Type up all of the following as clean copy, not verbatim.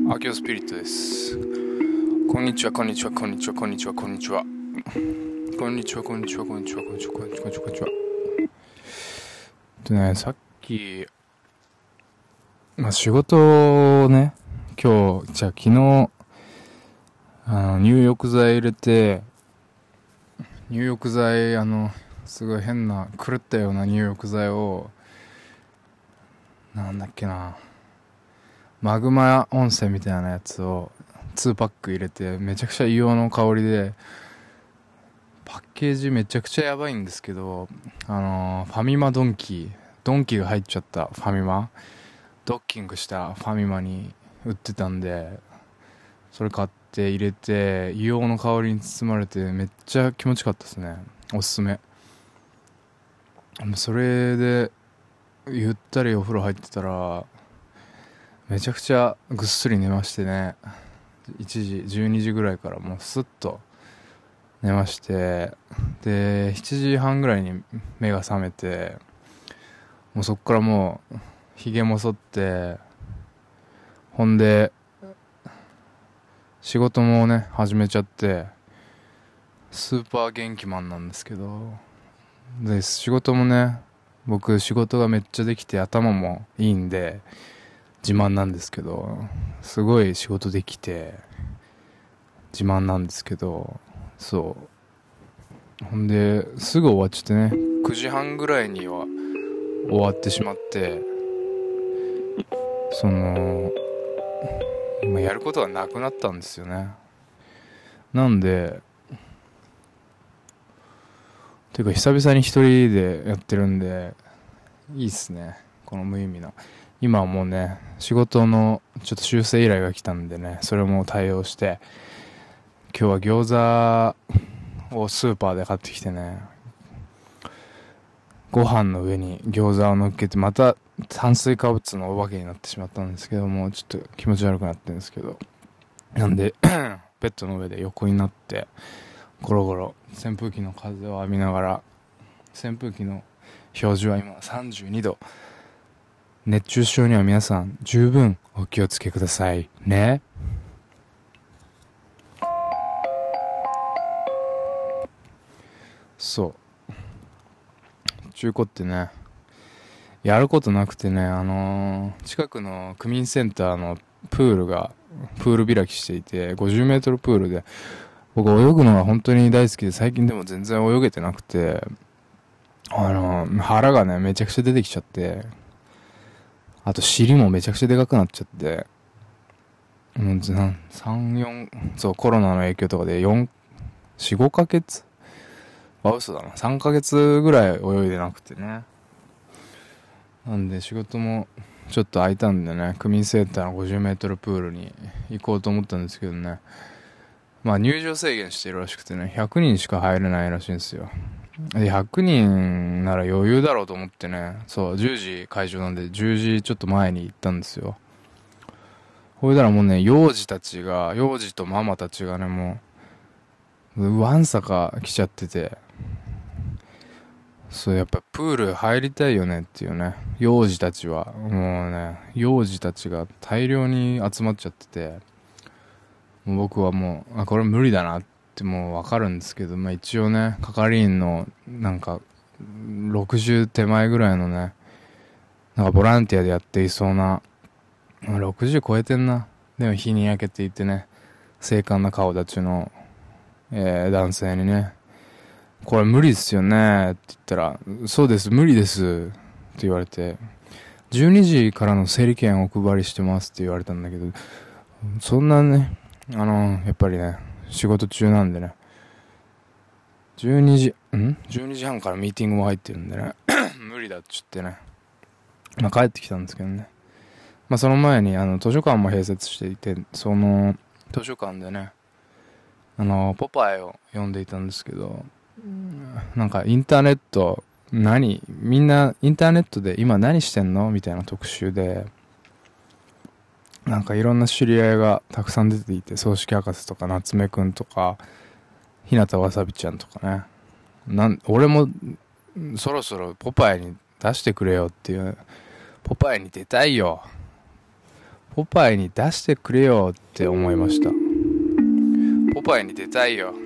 アキオスピリットです。こんにちは、こんにちは、こんにちは、こんにちは、こんにちは。こんにちは、こんにちは、こんにちは、こんにちは、こんにちは、こんにちは、こんにちは。でね、さっき、仕事をね、昨日、入浴剤入れて、入浴剤、すごい変な、狂ったような入浴剤を、なんだっけな、マグマ温泉みたいなやつを2パック入れて、めちゃくちゃ硫黄の香りで、パッケージめちゃくちゃやばいんですけど、ファミマドンキが入っちゃったファミマ、ドッキングしたファミマに売ってたんで、それ買って入れて、硫黄の香りに包まれてめっちゃ気持ちよかったですね。おすすめ。それでゆったりお風呂入ってたら、めちゃくちゃぐっすり寝ましてね。1時12時ぐらいからもうスッと寝まして、で7時半ぐらいに目が覚めて、もうそっからもうひげも剃って、ほんで仕事もね始めちゃって、スーパー元気マンなんですけど、で仕事もね、僕仕事がめっちゃできて頭もいいんで自慢なんですけど、すごい仕事できて自慢なんですけど、そうほんですぐ終わっちゃってね、9時半ぐらいには終わってしまって、今やることがなくなったんですよね。なんでていうか久々に一人でやってるんでいいっすね、この無意味な。今はもうね、仕事のちょっと修正依頼が来たんでね、それも対応して、今日は餃子をスーパーで買ってきてね、ご飯の上に餃子を乗っけて、また炭水化物のお化けになってしまったんですけども、ちょっと気持ち悪くなってるんですけど、なんでベッドの上で横になってゴロゴロ扇風機の風を浴びながら、扇風機の表示は今32度。熱中症には皆さん十分お気をつけくださいね。そう中古ってね、やることなくてね、近くの区民センターのプール開きしていて、50メートルプールで、僕泳ぐのが本当に大好きで、最近でも全然泳げてなくて、腹がねめちゃくちゃ出てきちゃって、あと尻もめちゃくちゃでかくなっちゃって、そうコロナの影響とかで4、5ヶ月、嘘だな、3ヶ月ぐらい泳いでなくてね。なんで仕事もちょっと空いたんでね、区民センターの50メートルプールに行こうと思ったんですけどね、入場制限してるらしくてね、100人しか入れないらしいんですよ。で100人なら余裕だろうと思ってね、そう10時会場なんで10時ちょっと前に行ったんですよ。ほいだらもうね、幼児とママたちがね、もうわんさか来ちゃってて、そうやっぱプール入りたいよねっていうね、幼児たちが大量に集まっちゃってて、もう僕はもうこれ無理だなってもう分かるんですけど、一応ね、係員のなんか60手前ぐらいのね、なんかボランティアでやっていそうな、60超えてんな、でも日に焼けていてね、精悍な顔立ちの、男性にね、これ無理ですよねって言ったら、そうです無理ですって言われて、12時からの整理券をお配りしてますって言われたんだけど、そんなね、やっぱりね仕事中なんでね、12時半からミーティングも入ってるんでね無理だっちってね、帰ってきたんですけどね。その前に図書館も併設していて、その図書館でね、ポパイを読んでいたんですけど、なんかインターネットみんなインターネットで今何してんのみたいな特集で、なんかいろんな知り合いがたくさん出ていて、葬式博士とか夏目くんとか日向わさびちゃんとかね、俺もそろそろポパイに出してくれよっていう、ポパイに出たいよ、 ポパイに出してくれよって思いました。ポパイに出たいよ。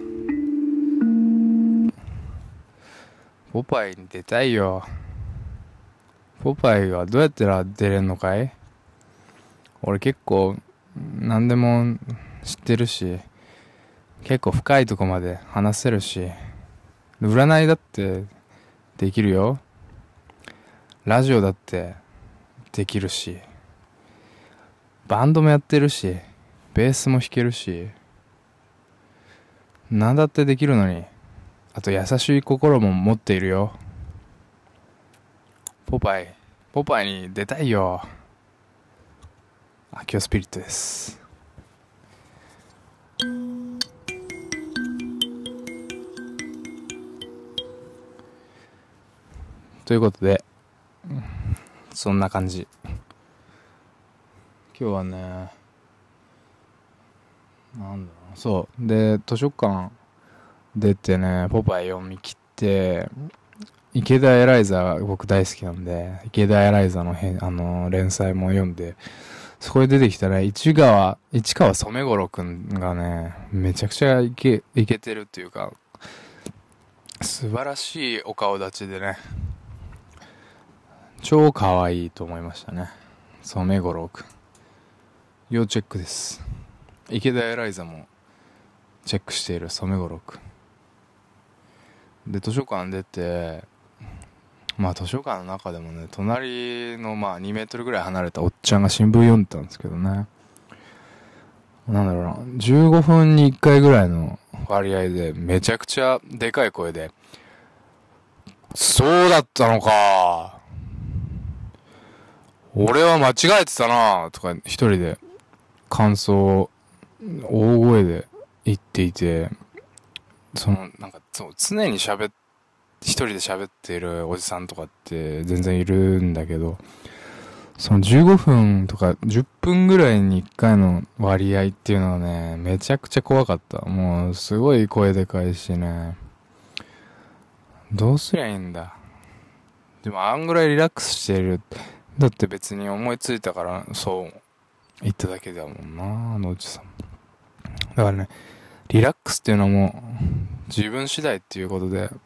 ポパイに出たいよ。ポパイはどうやったら出れんのかい？俺結構何でも知ってるし、結構深いとこまで話せるし、占いだってできるよ。ラジオだってできるし、バンドもやってるし、ベースも弾けるし、何だってできるのに、あと優しい心も持っているよ。ポパイに出たいよ。アキオスピリットです。ということで、そんな感じ。今日はね、なんだろう、そうで図書館出てね、ポパイ読み切って、池田エライザが僕大好きなんで、池田エライザの連載も読んで、そこで出てきたね、市川染五郎くんがね、めちゃくちゃイケてるっていうか、素晴らしいお顔立ちでね、超可愛いと思いましたね。染五郎くん、要チェックです。池田エライザもチェックしている染五郎くんで、図書館出て、図書館の中でもね、隣の2メートルぐらい離れたおっちゃんが新聞読んでたんですけどね、なんだろうな、15分に1回ぐらいの割合でめちゃくちゃでかい声で、そうだったのか、俺は間違えてたなとか一人で感想を大声で言っていて、常に一人で喋っているおじさんとかって全然いるんだけど、その15分とか10分ぐらいに1回の割合っていうのはね、めちゃくちゃ怖かった。もうすごい声でかいしね、どうすりゃいいんだ。でもあんぐらいリラックスしている、だって別に思いついたからそう言っただけだもんな、あのおじさん。だからね、リラックスっていうのはもう自分次第っていうことで、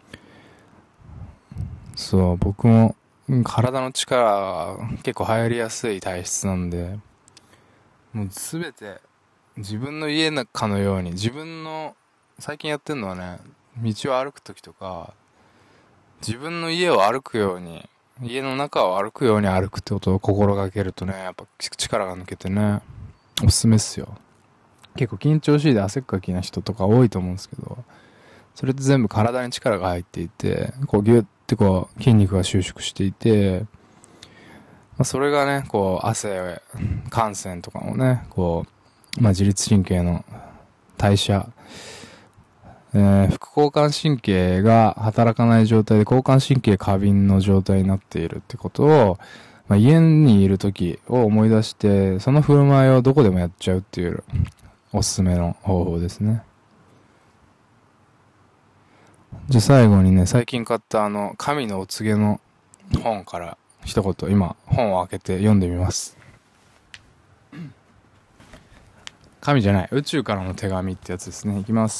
そう、僕も体の力が結構入りやすい体質なんで、もうすべて自分の家かのように、最近やってるのはね、道を歩くときとか、自分の家を歩くように、家の中を歩くように歩くってことを心がけるとね、やっぱ力が抜けてね、おすすめっすよ。結構緊張しいで汗っかきな人とか多いと思うんですけど、それって全部体に力が入っていて、ギュッて筋肉が収縮していて、それがね、汗、汗腺とかもね、自律神経の代謝、副交感神経が働かない状態で交感神経過敏の状態になっているってことを、家にいる時を思い出して、その振る舞いをどこでもやっちゃうっていうおすすめの方法ですね。じゃあ最後にね、最近買った神のお告げの本から一言、今本を開けて読んでみます。神じゃない、宇宙からの手紙ってやつですね。いきます。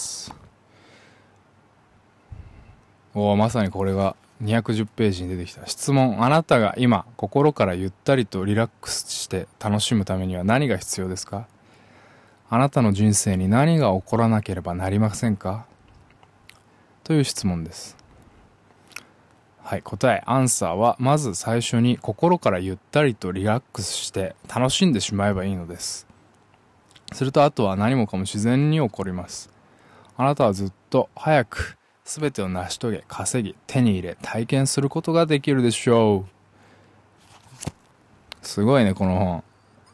まさにこれが210ページに出てきた。質問。あなたが今心からゆったりとリラックスして楽しむためには何が必要ですか？あなたの人生に何が起こらなければなりませんか？という質問です。はい、答え、アンサーは、まず最初に心からゆったりとリラックスして楽しんでしまえばいいのです。するとあとは何もかも自然に起こります。あなたはずっと早く全てを成し遂げ、稼ぎ、手に入れ、体験することができるでしょう。すごいね、この本。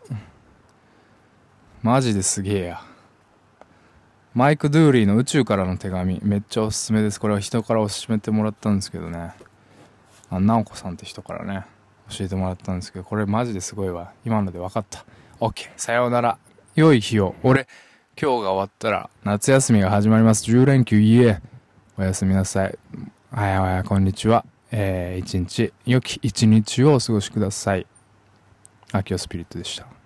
マジですげえや。マイク・ドゥーリーの宇宙からの手紙、めっちゃおすすめです。これは人から教えてもらったんですけどね。直子さんって人からね、教えてもらったんですけど、これマジですごいわ。今ので分かった。OK、さようなら。良い日を。俺、今日が終わったら夏休みが始まります。10連休、おやすみなさい。こんにちは。良き一日をお過ごしください。アキオスピリットでした。